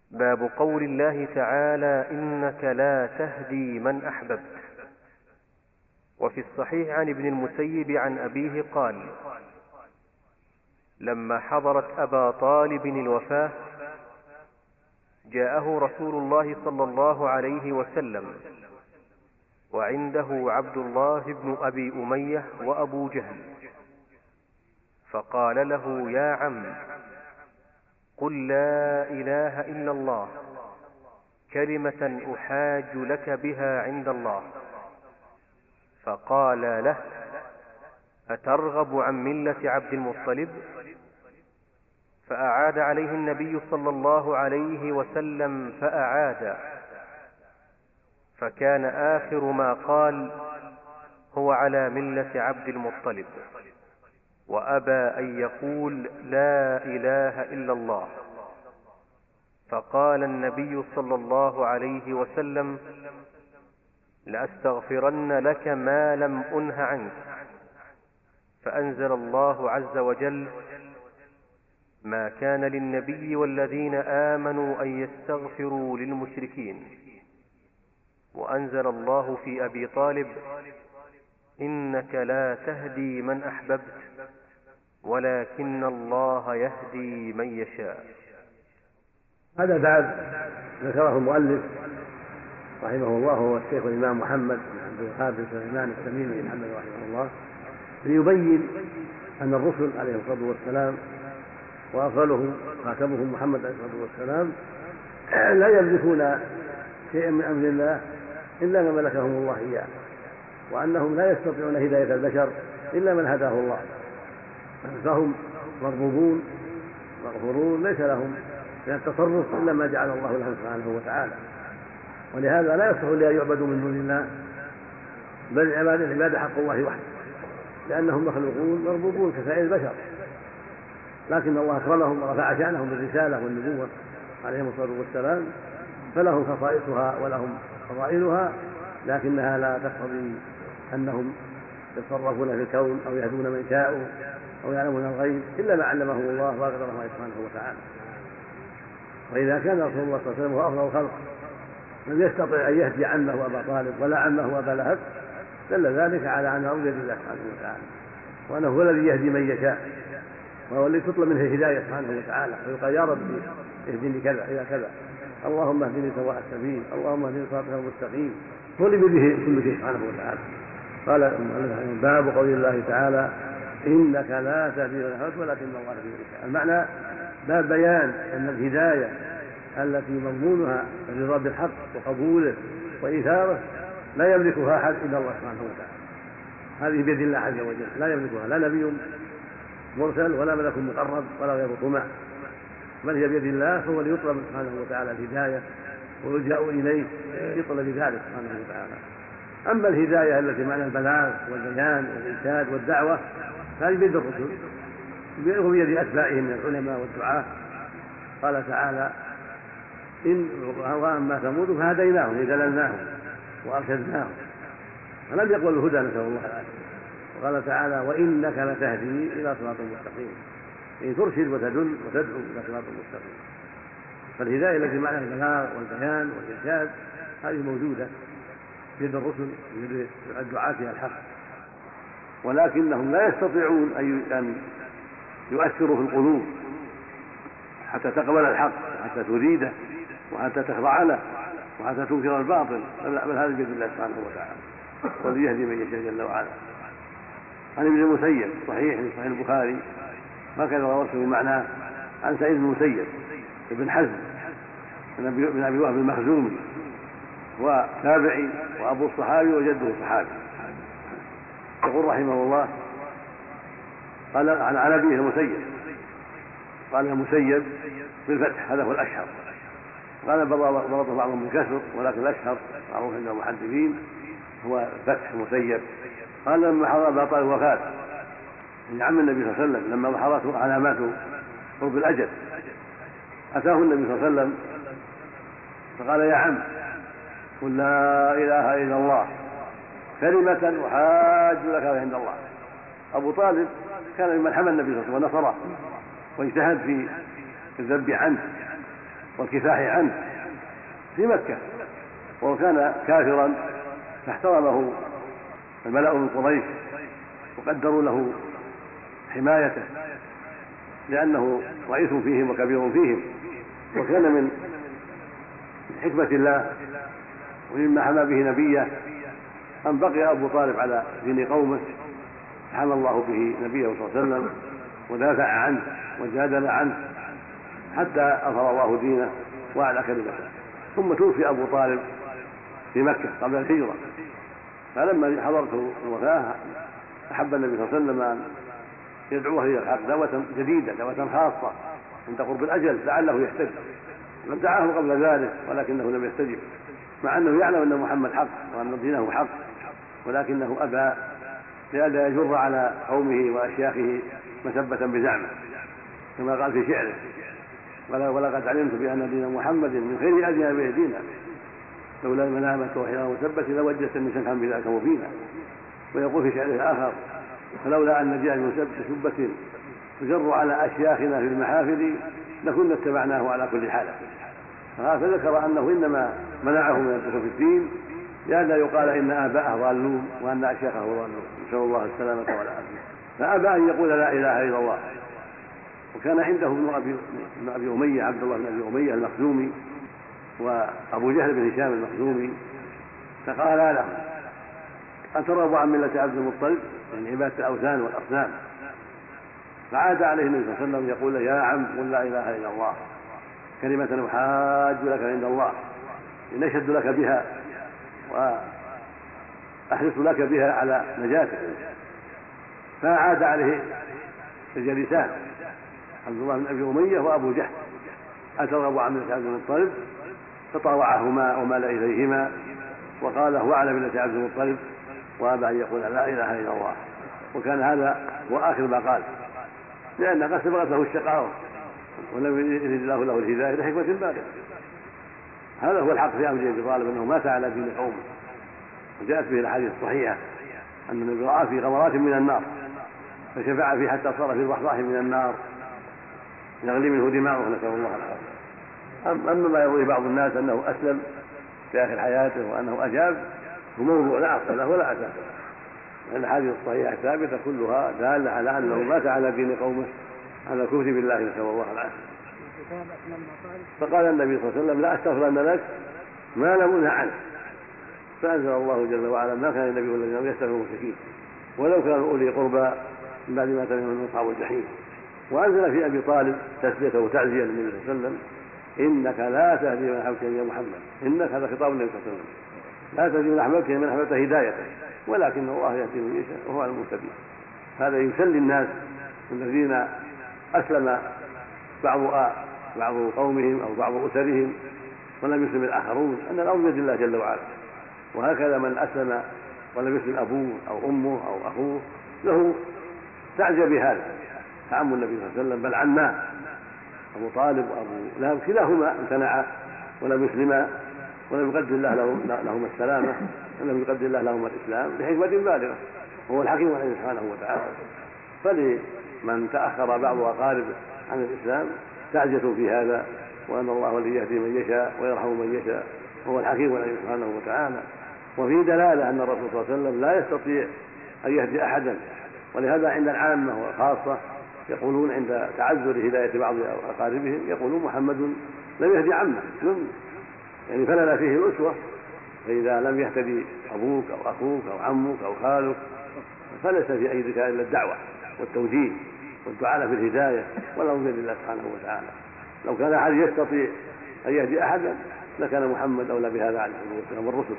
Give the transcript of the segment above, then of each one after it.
باب قول الله تعالى: إنك لا تهدي من أحببت. وفي الصحيح عن ابن المسيب عن أبيه قال: لما حضرت أبا طالب الوفاة جاءه رسول الله صلى الله عليه وسلم وعنده عبد الله بن أبي أمية وأبو جهل، فقال له: يا عم، قل لا إله إلا الله كلمة أحاج لك بها عند الله. فقال له: أترغب عن ملة عبد المطلب؟ فأعاد عليه النبي صلى الله عليه وسلم فأعاد، فكان آخر ما قال: هو على ملة عبد المطلب، وأبى أن يقول لا إله إلا الله. فقال النبي صلى الله عليه وسلم: لأستغفرن لك ما لم أنه عنك. فأنزل الله عز وجل: ما كان للنبي والذين آمنوا أن يستغفروا للمشركين. وأنزل الله في أبي طالب: إنك لا تهدي من أحببت ولكن الله يهدي من يشاء. هذا بعد ذكره المؤلف رحمه الله هو الشيخ الإمام محمد بن عبد الوهاب بن سليمان التميمي الحنبلي رحمه الله، ليبين أن الرسل عليه الصلاة والسلام وأفضلهم خاتمهم محمد عليه الصلاة والسلام لا يملكون شيئا من أمر الله إلا ما ملكهم الله إياه، وأنهم لا يستطيعون هداية البشر إلا من هداه الله، فهم مربوبون مغفورون ليس لهم من التصرف إلا ما جعل الله لهم سبحانه وتعالى. ولهذا لا يصح لأن يعبدوا من دون الله، بل العبادة حق الله وحده، لأنهم مخلوقون مربوبون كسائر البشر، لكن الله أكرمهم ورفع شأنهم بالرسالة والنبوة عليهم الصلاة والسلام، فلهم خصائصها ولهم فضائلها، لكنها لا تقتضي أنهم يتصرفون في الكون أو يهدون من شاءوا أو يعلمون الغيب إلا ما علمهم الله وأقدره سبحانه وتعالى. وإذا كان رسول الله صلى الله عليه وسلم هو أفضل الخلق لم يستطع أن يهدي عمه أبا طالب ولا عمه أبا لهب، دل ذلك على أنه بيد الله سبحانه وتعالى، وأنه هو الذي يهدي من يشاء، وهو الذي تطلب منه الهداية سبحانه وتعالى، ويقال: يا ربي اهدني كذا إلى كذا، اللهم اهدني سواء السبيل، اللهم اهدني صراطك المستقيم، هو اللي بيده كل شيء سبحانه وتعالى. قال باب قول الله تعالى: إنك لا تهدي من أحببت ولكن الله يهدي من يشاء. المعنى باب بيان أن الهداية التي مضمونها الرضا بالحق وقبوله وإيثاره لا يملكها أحد إلا الله سبحانه وتعالى، هذه بيد الله عز وجل، لا يملكها لا نبي مرسل ولا ملك مقرب ولا غير طمع، بل هي بيد الله، فهو ليطلب سبحانه وتعالى الهداية ويلجأ إليه في طلب ذلك سبحانه وتعالى. أما الهداية التي معنى البلاغ والبيان والإرشاد والدعوة فهذه بيد الرسل وبيد أتباعهم من العلماء والدعاة. قال تعالى: وأما ثمود فهديناهم أي دللناهم وأرشدناهم، ولم يقبل الهدى، نسأل الله العافية. وقال تعالى: وإنك لتهدي إلى صراط مستقيم، أي ترشد وتدل وتدعو إلى صراط مستقيم. فالهداية التي معنى البلاغ والبيان والإرشاد هذه موجودة بيد الرسل بيد الدعاة إلى الحق، ولكنهم لا يستطيعون أن يؤثروا في القلوب حتى تقبل الحق وحتى تريده وحتى تخضع له وحتى تنكر الباطل، بل هذا بيد الله سبحانه وتعالى، والذي يهدي من يشاء جل وعلا. عن ابن المسيب صحيح في صحيح البخاري هكذا رواه معناه عن سعيد بن المسيب ابن حزم بن أبي وهب المخزومي، وتابعي وأبو الصحابي وجده صحابي، يقول رحمه الله: قال عن أبيه المسيب، قال المسيب بالفتح هذا هو الأشهر، قال ضرب بعضهم بالكسر ولكن الأشهر معروف عند المحدثين هو فتح المسيب. قال: لما حضر أبا طالب الوفاة من عم النبي صلى الله عليه وسلم، لما ظهرت علامات قرب الأجل أتاه النبي صلى الله عليه وسلم فقال: يا عم، قل لا إله إلا الله كلمة أحاج لك عند الله. أبو طالب كان ممن حمى النبي صلى الله عليه وسلم ونصره واجتهد في الذب عنه والكفاح عنه في مكة، وهو كان كافرا فاحترمه الملأ من قريش وقدروا له حمايته لأنه رئيس فيهم وكبير فيهم. وكان من حكمة الله ومما حمى به نبيه أن بقي أبو طالب على دين قومه، حمى الله به نبيه صلى الله عليه وسلم ودافع عنه وجادل عنه حتى أظهر الله دينه وأعلى كلمته. ثم توفي أبو طالب في مكة قبل الهجرة، فلما حضرته الوفاة أحب النبي صلى الله عليه وسلم أن يدعوه إلى الحق دعوة جديدة، دعوة خاصة عند قرب الأجل لعله يهتدي. من دعاه قبل ذلك ولكنه لم يستجب، مع أنه يعلم أن محمد حق وأن دينه حق، ولكنه أبى لئلا يجر على قومه وأشياخه مسبة بزعمه، كما قال في شعره: ولقد علمت بأن دين محمد من خير أديان به دينا، لولا الملامة وحيرة مسبة لوجدت النساء بذاك مبينا. ويقول في شعره آخر: فلولا أن نجيء بسبة تجر على أشياخنا في المحافل لكنا اتبعناه على كل حال. فذكر أنه إنما منعه من الدخول في الدين لئلا يقال إن آباءه ضالون وأن أشياخه ضالون، نسأل الله السلامة والعافية. فأبى أن يقول لا إله إلا الله. وكان عنده ابن أبي أمية، عبد الله بن أبي أمية المخزومي، وأبو جهل بن هشام المخزومي، فقال له: أترغب عن ملة عبد المطلب، يعني عبادة الأوثان والأصنام؟ فعاد عليه النبي صلى الله عليه وسلم يقول له: يا عم قل لا إله إلا الله، كلمة أحاج لك عند الله، نشهد لك بها وأحرص لك بها على نجاتك. فعاد عليه الجليسان عبد الله بن أبي أمية وأبو جهل: أترغب عن ملة عبد المطلب؟ فطاوعهما ومال إليهما وقال: هو على ملة عبد المطلب، وأبى أن يقول لا إله إلا الله. وكان هذا هو آخر ما قال، لأن قد سبقت له الشقاوة ولم يرد الله له الهداية لحكمة بالغة. هذا هو الحق في أمر أبي طالب، أنه مات على دين قومه. وجاءت به الأحاديث الصحيحة أن النبي رأى في غمرات من النار فشفع فيه حتى صار في ضحضاح من النار يغلي منه دماغه، نسأل الله العافية. أما ما يروي بعض الناس أنه أسلم في آخر حياته وأنه أجاب، هو موضوع لا أصل له ولا أساس له، لأن الأحاديث الصحيحة الثابتة كلها دالة على أنه مات على دين قومه على الكفر بالله، نسأل الله العافية. فقال النبي صلى الله عليه وسلم: لا أستغفرن لك ما لم أنه عنه. فأنزل الله جل وعلا: ما كان النبي والذين يستغفروا المشركين ولو كانوا أولي قربى من بعد ما تبين لهم أصحاب الجحيم. وأنزل في أبي طالب تسليته وتعزية للنبي صلى الله عليه وسلم: إنك لا تهدي من أحببت يا محمد. إنك هذا خطاب النبي صلى الله عليه وسلم، لا تهدي من أحببت من أحببت هدايته، ولكن الله يهدي من يشاء وهو على المهتدين. هذا يسلي الناس الذين أسلم بعض قومهم أو بعض أسرهم ولم يسلم الآخرون أن الأمر بيد الله جل وعلا. وهكذا من أسلم ولم يسلم أبوه أو أمه أو أخوه له تعزى بهذا. فعم النبي صلى الله عليه وسلم بل عماه أبو طالب وأبو لهب كلاهما امتنعا ولم يسلما ولم يقدر الله لهما السلامة ولم يقدر الله لهما الإسلام لحكمة بالغة، وهو الحكيم عليه سبحانه وتعالى. فلمن تأخر بعض أقارب عن الإسلام تعزية في هذا، وأن الله ولي يهدي من يشاء ويرحم من يشاء، وهو الحكيم عليه سبحانه وتعالى. وفي دلالة أن الرسول صلى الله عليه وسلم لا يستطيع أن يهدي أحدا، ولهذا عند العامة والخاصة يقولون عند تعذر هداية بعض أقاربهم يقولون: محمد لم يهدي عمه، يعني فلنا فيه الأسوة. فإذا لم يهتدي أبوك أو أخوك أو عمك أو خالك فليس في أيدك إلا الدعوة والتوجيه والدعاء في الهداية والأمر بيد الله سبحانه وتعالى. لو كان أحد يستطيع أن يهدي أحدا لكان محمد أولى بهذا عليه الصلاة والسلام والرسل.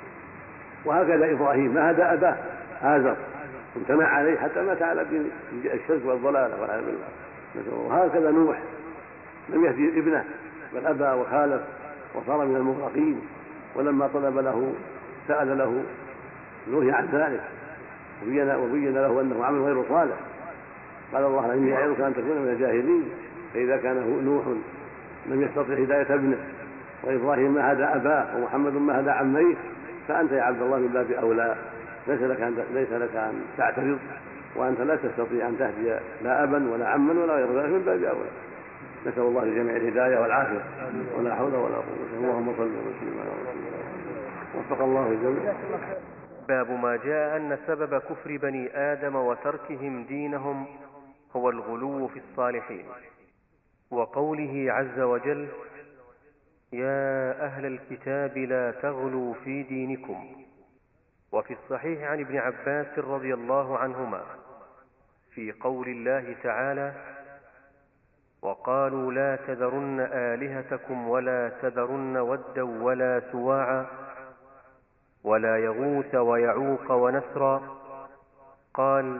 وهكذا إبراهيم ما هدى أباه آزر، امتنع عليه حتى مات على دين الشرك والضلالة والعياذ بالله. وهكذا نوح لم يهدي ابنه بل أبى وخالف وصار من المغرقين، ولما طلب له سأل له نهي عن ذلك وبين له أنه عمل غير صالح. قال الله: إني أعظك أن تكون من الجاهلين. فإذا كان نوح لم يستطع هداية ابنه وإبراهيم ما هدى أباه ومحمد ما هدى عميه، فأنت يا عبد الله من باب أولى. ليس لك أن تعترض، وأنت لا تستطيع أن تهدي لا أبا ولا عما ولا غير ذلك، من باب أولى. نسأل الله للجميع الهداية والعافية ولا حول ولا قوة. اللهم صل وسلم على رسول الله وفق الله الجميع. باب ما جاء أن سبب كفر بني آدم وتركهم دينهم هو الغلو في الصالحين، وقوله عز وجل: يا أهل الكتاب لا تغلوا في دينكم. وفي الصحيح عن ابن عباس رضي الله عنهما في قول الله تعالى: وقالوا لا تذرن آلهتكم ولا تذرن ودا ولا سواعا ولا يغوث ويعوق ونسرا. قال: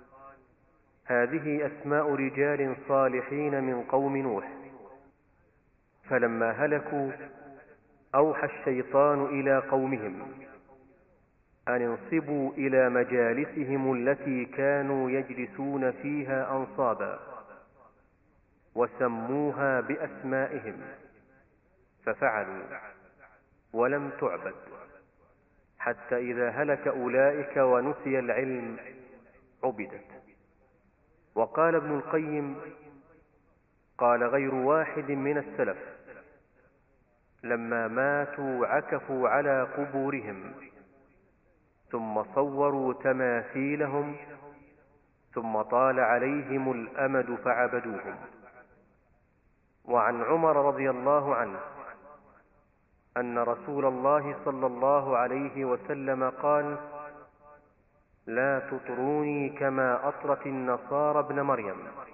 هذه أسماء رجال صالحين من قوم نوح، فلما هلكوا أوحى الشيطان إلى قومهم أن انصبوا إلى مجالسهم التي كانوا يجلسون فيها أنصابا، وسموها بأسمائهم، ففعلوا ولم تعبد، حتى إذا هلك أولئك ونسي العلم عبدت. وقال ابن القيم: قال غير واحد من السلف: لما ماتوا عكفوا على قبورهم، ثم صوروا تماثيلهم، ثم طال عليهم الأمد فعبدوهم. وعن عمر رضي الله عنه أن رسول الله صلى الله عليه وسلم قال: لا تطروني كما أطرت النصارى ابن مريم،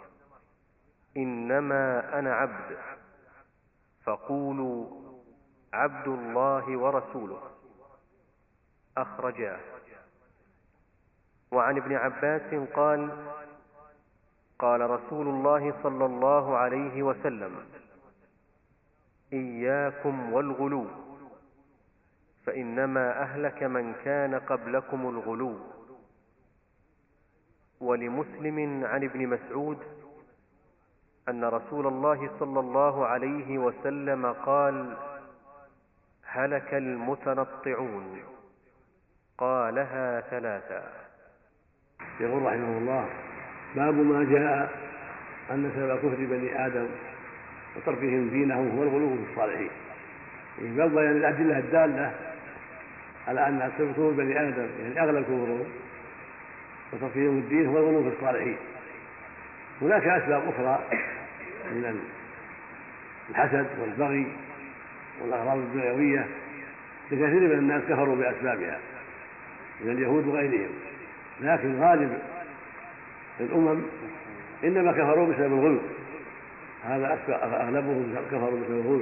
إنما أنا عبد، فقولوا عبد الله ورسوله. أخرجاه. وعن ابن عباس قال: قال رسول الله صلى الله عليه وسلم: إياكم والغلو، فإنما أهلك من كان قبلكم الغلو. ولمسلم عن ابن مسعود أن رسول الله صلى الله عليه وسلم قال: هلك المتنطعون. قالها ثلاثا. يقول رحمه الله: باب ما جاء أن سبب كفر بني آدم وتركهم دينهم هو الغلو في الصالحين. باب بيان الأدلة الدالة على أن سبب كفر بني آدم يعني أغلب كفرهم وتركهم الدين هو الغلو في الصالحين. هناك أسباب أخرى من الحسد والبغي والأغراض الدنيوية لكثير من الناس كفروا بأسبابها من اليهود وغيرهم، لكن غالب الأمم إنما كفروا بسبب الغلو. هذا أغلبهم كفروا بسبب الغلو،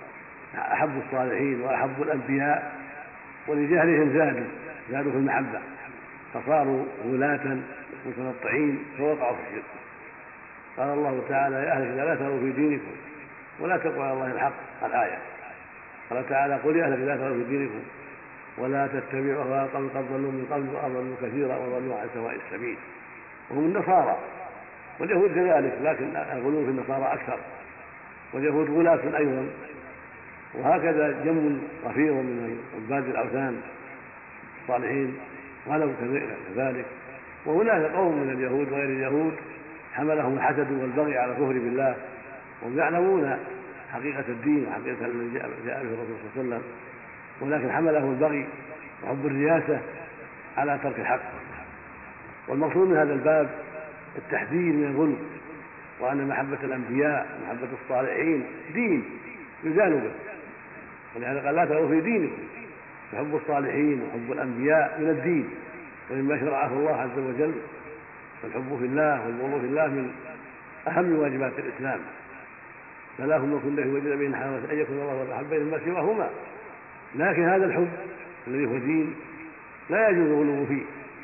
أحبوا الصالحين وأحبوا الأنبياء، ولجهلهم زادوا في المحبة، فصاروا غلاة متنطعين فوقعوا في الشرك. قال الله تعالى: يا أهل الكتاب لا تغلوا في دينكم ولا تقولوا على الله الحق. الآية. قال تعالى: قل يا أهل الكتاب لا تغلوا في دينكم ولا تتبعوا أهواء قوم قد ضلوا من قبل وأضلوا كثيرا وضلوا عن سواء السبيل. وهم النصارى واليهود كذلك، لكن الغلو في النصارى أكثر، واليهود غلاة أيضا، وهكذا جم غفير من عباد الأوثان الصالحين غلوا كذلك. وهناك قوم من اليهود وغير اليهود حملهم الحسد والبغي على كفر بالله، وهم يعلمون حقيقة الدين وحقيقة الذي جاء به الرسول صلى الله عليه وسلم، ولكن حملهم البغي وحب الرياسة على ترك الحق. والمقصود من هذا الباب التحذير من الغلو، وأن محبة الأنبياء ومحبة الصالحين دين يزال به، ولهذا قال: لا تغلوا في دينكم. فحب الصالحين وحب الأنبياء من الدين ومما شرعه الله عز وجل، فالحب في الله والبغض في الله من أهم واجبات الإسلام. فلا هم كن له وجد بين حرمة أن يكون الله والأحب مما سواهما. لكن هذا الحب الذي هو دين لا يجوز الغلو فيه.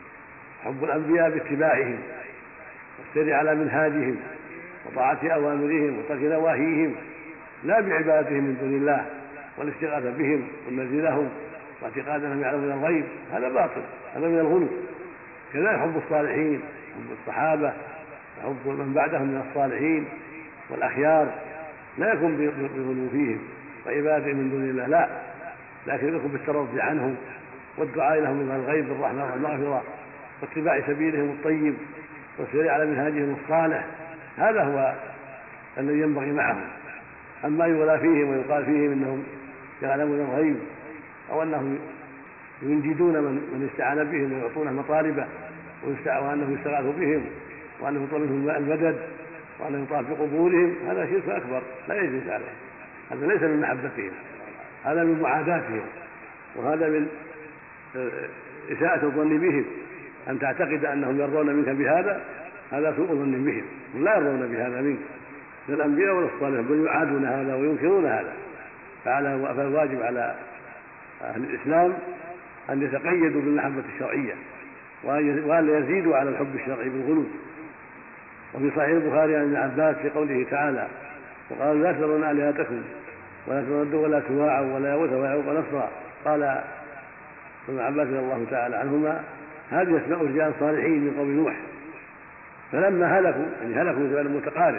حب الأنبياء باتباعهم والسير على منهاجهم وطاعة أوامرهم وترك نواهيهم، لا بعبادتهم من دون الله والاستغاثة بهم والنزل لهم واعتقاد أنهم يعلمون الغيب. هذا باطل، هذا من الغلو. كذلك حب الصالحين، حب الصحابة وحب من بعدهم من الصالحين والأخيار لا يكون بغلو فيهم وعبادتهم من دون الله، لا، لكن يكون بالترضي عنهم والدعاء لهم من الغيب بالرحمة والمغفرة واتباع سبيلهم الطيب والسير على منهاجهم الصالح. هذا هو الذي ينبغي معهم. أما يغلى فيهم ويقال فيهم إنهم يعلمون الغيب أو أنهم ينجدون من استعان بهم ويعطونه مطالبه وأنه يستغاث بهم وأنه يطلب منهم المدد وأنه يطاف بقبورهم، هذا شرك أكبر لا يجوز عليه. هذا ليس من محبتهم، هذا من معاداتهم، وهذا من إساءة الظن بهم. أن تعتقد أنهم يرضون منك بهذا، هذا سوء ظن بهم، لا يرضون بهذا منك من الأنبياء ولا الصالحين، بل يعادون هذا وينكرون هذا. فالواجب على أهل الإسلام أن يتقيدوا بالمحبة الشرعية وأن يزيدوا على الحب الشرعي بالغلو. وفي صحيح البخاري عن ابن عباس في قوله تعالى: وقالوا لا تذرون آلهتكم ولا تردوا ولا سواعوا ولا يغوث ويعوق ونسرا. قال ابن عباس رضي الله تعالى عنهما: هذه أسماء رجال صالحين من قوم نوح، فلما هلكوا يعني هلكوا زمن متقارب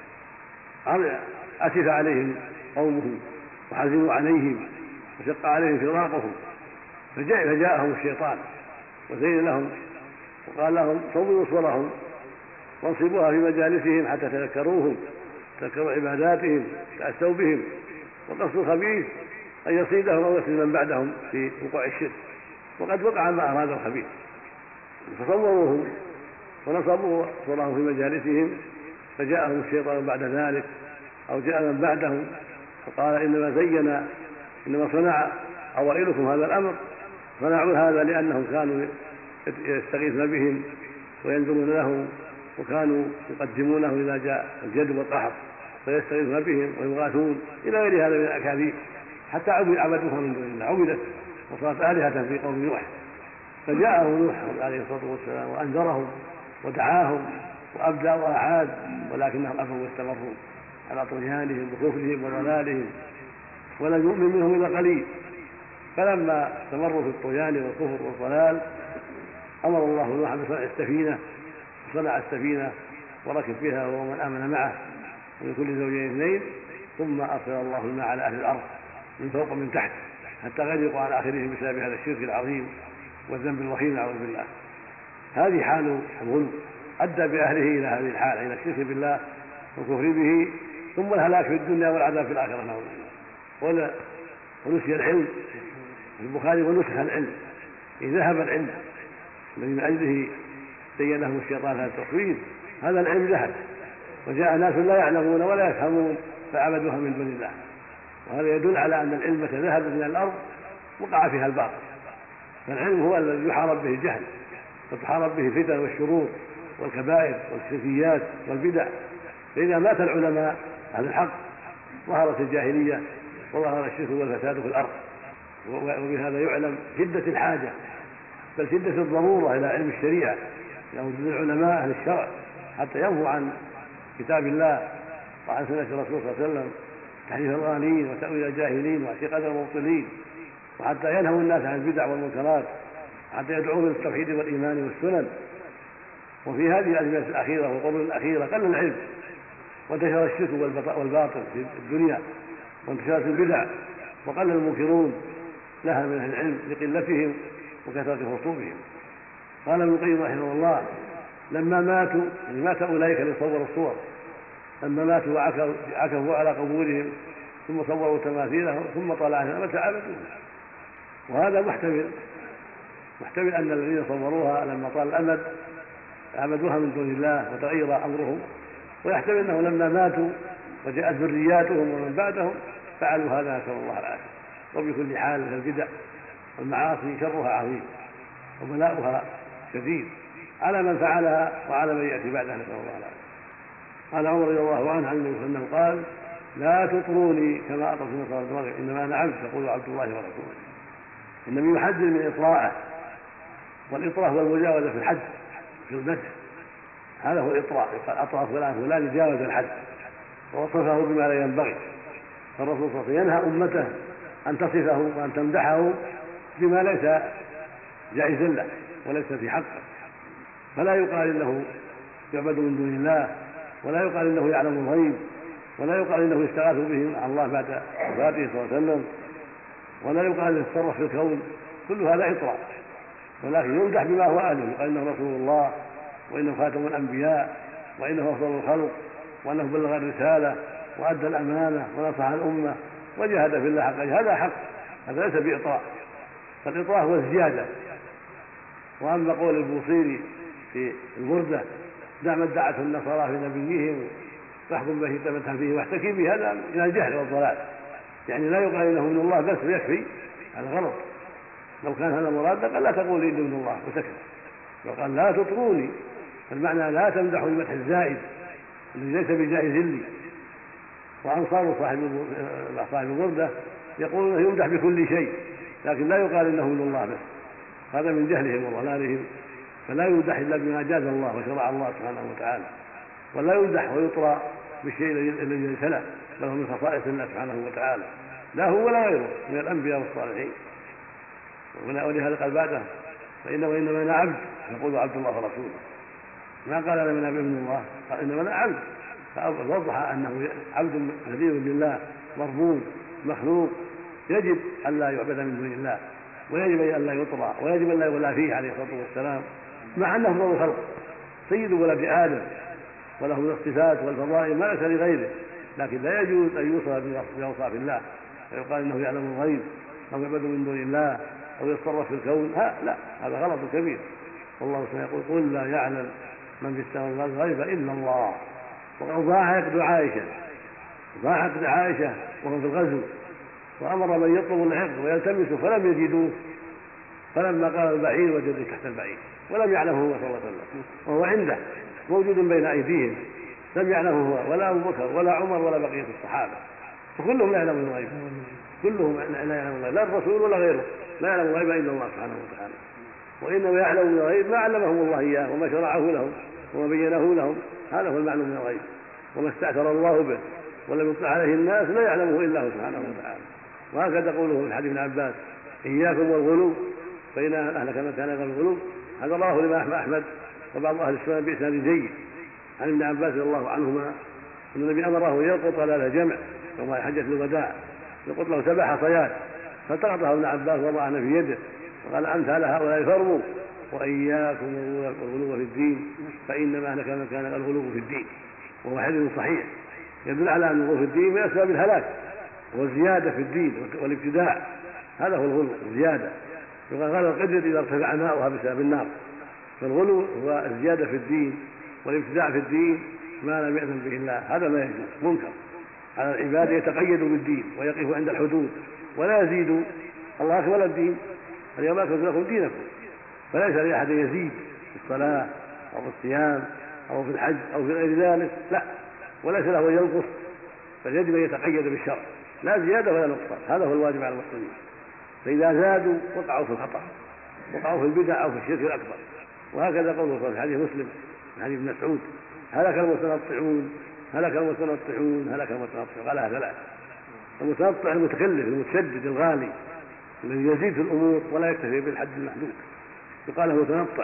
أسف عليهم قومهم وحزنوا عليهم وشق عليهم فراقهم، فجاءهم الشيطان وزين لهم وقال لهم: صوروا صورهم وانصبوها في مجالسهم حتى تذكروهم، تذكروا عباداتهم، تأسوا بهم. وقصد الخبيث أن يصيدهم أو يصيد من بعدهم في وقوع الشرك، وقد وقع ما أراد الخبيث، فصوروهم ونصبوا صورهم في مجالسهم، فجاءهم الشيطان بعد ذلك أو جاء من بعدهم فقال: إنما صنع أوائلكم هذا الأمر، صنعوا هذا لأنهم كانوا يستغيثون بهم وينذرون لهم، وكانوا يقدمونه إذا جاء الجد والقحط فيستغيثون بهم ويغاثون إلى غير هذا من الأكاذيب، حتى عبدوها من دون الله، عبدت وصارت آلهة في قوم نوح. فجاءه نوح عليه الصلاة والسلام وأنذرهم ودعاهم وأبدى وأعاد، ولكنهم أبوا واستمروا على طغيانهم وكفرهم وضلالهم، ولم يؤمن منهم إلا قليل. فلما استمروا في الطغيان والكفر والضلال أمر الله نوحا بصنع السفينة، صنع السفينة وركب فيها وهو من آمن معه ومن كل زوجين اثنين، ثم أرسل الله الماء على أهل الأرض من فوق ومن تحت حتى غرقوا على آخرهم بسبب هذا الشرك العظيم والذنب الوخيم، نعوذ بالله. هذه حال الغلو أدى بأهله إلى هذه الحال، إلى الشرك بالله والكفر به، ثم الهلاك في الدنيا والعذاب في الآخرة، نعوذ بالله. ونسي العلم في البخاري: ونسخ العلم، إذ ذهب العلم الذي من أجله زين لهم الشيطان هذا التصوير، هذا العلم ذهب وجاء ناس لا يعلمون ولا يفهمون فعبدوها من دون الله. وهذا يدل على أن العلم ذهب من الأرض وقع فيها الباطل. فالعلم هو الذي يحارب به الجهل وتحارب به الفتن والشرور والكبائر والشركيات والبدع. فإذا مات العلماء أهل الحق ظهرت الجاهلية وظهر الشرك والفساد في الأرض. وبهذا يعلم شدة الحاجة بل شدة الضرورة إلى علم الشريعة، إلى وجود العلماء أهل الشرع حتى ينفوا عن كتاب الله وعن سنة الرسول صلى الله عليه وسلم تحريف الغالين وتأويل الجاهلين واعتقاد المبطلين، وحتى ينهوا الناس عن البدع والمنكرات، حتى يدعوهم الى التوحيد والإيمان والسنن. وفي هذه الأزمنة الأخيرة والقرون الأخيرة قل العلم وانتشر الشرك والباطل في الدنيا وانتشرت البدع وقل المنكرون لها من أهل العلم لقلتهم وكثرة خصومهم. قال ابن القيم رحمه الله: لما ماتوا يعني مات أولئك اللي صوروا الصور، لما ماتوا وعكفوا على قبورهم ثم صوروا تماثيلهم ثم طلعنا متى عبدوها. وهذا محتمل أن الذين صوروها لما طال الأمد عبدوها من دون الله وتغير أمرهم، ويحتمل أنه لما ماتوا وجاءت ذرياتهم ومن بعدهم فعلوا هذا، نسأل الله العافية. وبكل حال البدع والمعاصي شرها عظيم وبلاؤها شديد على من فعلها وعلى من يأتي بعدها، نسأل الله العافية. قال عمر رضي الله عنه عن النبي صلى الله عليه وسلم قال: لا تطروني كما أطرت نصارى المغرب، إنما أنا عبد يقول عبد الله ورسوله. النبي يحذر من إطراءه، والإطراء هو المجاوزة في الحد في المدح، هذا هو الإطراء. يقال أطرأ فلان جاوز الحد ووصفه بما لا ينبغي. فالرسول صلى الله عليه وسلم ينهى أمته أن تصفه وأن تمدحه بما ليس جائزا له وليس في حقه، فلا يقال إنه يعبد من دون الله، ولا يقال إنه يعلم الغيب، ولا يقال إنه يستغاث به مع الله بعد وفاته صلى الله عليه وسلم، ولا يقال إنه يتصرف في الكون. كل هذا إطراء، ولكن يمدح بما هو أهله، يقال إنه رسول الله وإنه خاتم الأنبياء وإنه أفضل الخلق وأنه بلغ الرسالة وأدى الأمانة ونصح الأمة وجاهد في الله حق، هذا حق، هذا ليس بإطراء، فالإطراء هو الزيادة. وأما قول البوصيري في البردة: دع ما ادعته النصارى في نبيهم واحكم به تمتع فيه واحتكي به، هذا من الجهل والضلال، يعني لا يقال انه من الله بس ويكفي، هذا غلط. لو كان هذا مراد قال لا تقول انه من الله وسكت، لو قال لا تطروني، المعنى لا تمدحوا المدح الزائد الذي ليس بجائز لي. وانصار صاحب البردة يقول انه يمدح بكل شيء، لكن لا يقال انه من الله بس، هذا من جهلهم وضلالهم، فلا يمدح الا بما جاز الله وشرع الله سبحانه وتعالى، ولا يمدح ويطرى بالشيء الذي ليس له، بل هو من خصائص الله سبحانه وتعالى، لا هو ولا غيره من الانبياء والصالحين. ولهذا قال بعده: وانما انا عبد، يقول عبد الله ورسوله، ما قال انا من نبي من الله، قال انما انا عبد، فوضح انه عبد نبي لله مربوب مخلوق، يجب ان لا يعبد من دون الله، ويجب ان لا يطرى، ويجب ان لا يغلى فيه عليه الصلاه والسلام، مع انه افضل الخلق سيد ولد ادم وله الاصطفات والفضائل ما ليس لغيره، لكن لا يجوز ان يوصف باوصاف الله ويقال انه يعلم الغيب او يعبد من دون الله او يتصرف في الكون، لا، هذا غلط كبير. والله سبحانه يقول: قل لا يعلم من في السماوات والغيب الا الله. وقد ضاع عقد عائشه وهو في الغزو، وامر من يطلب العقد ويلتمسه فلم يجدوه، فلما قال البعير وجدوا تحت البعير، ولم يعلمه هو صلى الله عليه وسلم، وهو عنده موجود بين ايديهم، لم يعلمه هو ولا ابو بكر ولا عمر ولا بقيه الصحابه، فكلهم لا يعلمون الغيب، كلهم لا يعلمون الغيب، لا الرسول ولا غيره، لا يعلم الغيب الا الله سبحانه وتعالى. وانما يعلم من الغيب ما علمهم الله اياه وما شرعه لهم وما بينه لهم، هذا هو المعلوم من الغيب، وما استأثر الله به ولم يطلع عليه الناس لا يعلمه الا هو سبحانه وتعالى. وهكذا قوله في حديث ابن عباس: اياكم والغلو فإن أهلك من كان يغلو الغلو. هذا رواه الإمام أحمد وبعض أهل السنن بإسناد جيد عن ابن عباس رضي الله عنهما أن النبي أمره يلقط على جمع يوم حجة الوداع، يلقط له 7 حصيات، فالتقطها ابن عباس وضعنا في يده وقال: أمثال هؤلاء فرموا وإياكم والغلو في الدين فإنما أهلك من كان الغلو في الدين. وهو حديث صحيح يدل على أن الغلو في الدين من أسباب الهلاك والزيادة في الدين والابتداع، هذا هو الغلو الزيادة. وقال: القدر إذا ارتفع ماؤها بسبب النار. فالغلو هو الزيادة في الدين والابتداع في الدين ما لم يأذن به الله، هذا ما يجوز، منكر على العباد. يتقيد بالدين ويقف عند الحدود ولا يزيد. الله أكمل الدين، اليوم أكملت لكم دينكم، فليس لأحد يزيد في الصلاة أو في الصيام أو في الحج أو في غير ذلك، لا، وليس له أن ينقص، بل يجب أن يتقيد بالشرع، لا زيادة ولا نقصان، هذا هو الواجب على المسلمين. فإذا زادوا وقعوا في الخطأ، وقعوا في البدع أو في الشرك الأكبر. وهكذا قوله في حديث مسلم من حديث ابن مسعود: هلك المتنطعون هلك المتنطعون هلك المتنطعون، قالها 3. المتنطع المتكلف المتشدد الغالي الذي يزيد في الأمور ولا يكتفي بالحد المحدود، يقال له متنطع.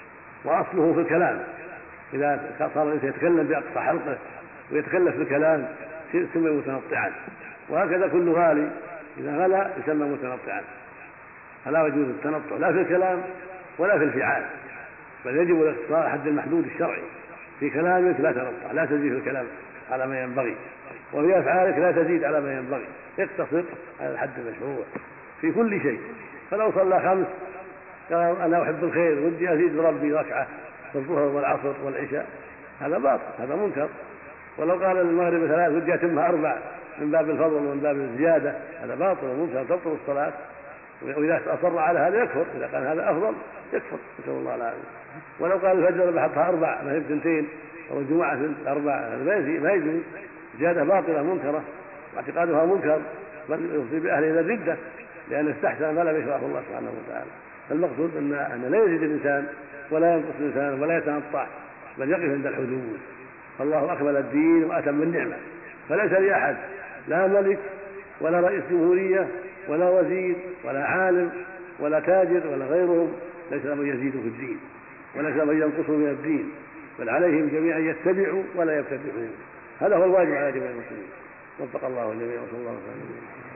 وأصله في الكلام، إذا صار الإنسان يتكلم بأقصى حلقه ويتكلف في الكلام يسمى متنطعا. وهكذا كل غالي إذا غلا يسمى متنطعا، فلا يجوز التنطع لا في الكلام ولا في الفعال، بل يجب الاقتصار على حد المحدود الشرعي. في كلامك لا تنطع، لا تزيد في الكلام على ما ينبغي، وفي أفعالك لا تزيد على ما ينبغي، اقتصر على الحد المشروع في كل شيء. فلو صلى 5 قال: أنا أحب الخير ودي أزيد بربي ركعة في الظهر والعصر والعشاء، هذا باطل، هذا منكر. ولو قال المغرب 3 ودي أتمها 4 من باب الفضل ومن باب الزيادة، هذا باطل ومنكر، تبطل الصلاة. وإذا أصر على هذا يكفر، إذا قال هذا أفضل يكفر، نسأل الله العافية. ولو قال الفجر بحطها 4 ما هي 2 أو الجمعة 4، هذا ما يجوز، زيادة باطلة منكرة واعتقادها منكر، بل يفضي بأهله إلى الردة لأن استحسن ما لم يشرعه الله سبحانه وتعالى. فالمقصود أن لا يزيد الإنسان ولا ينقص الإنسان ولا يتنطع، بل يقف عند الحدود. فالله أكمل الدين وأتم النعمة، فليس لأحد لا ملك ولا رئيس جمهورية ولا وزير ولا عالم ولا تاجر ولا غيرهم، ليس من يزيد في الدين وليس من ينقص من الدين، بل عليهم جميعا يتبعوا ولا يبتدعوا. هذا هو الواجب على جميع المسلمين. وفق الله الجميع وصلى الله وسلم.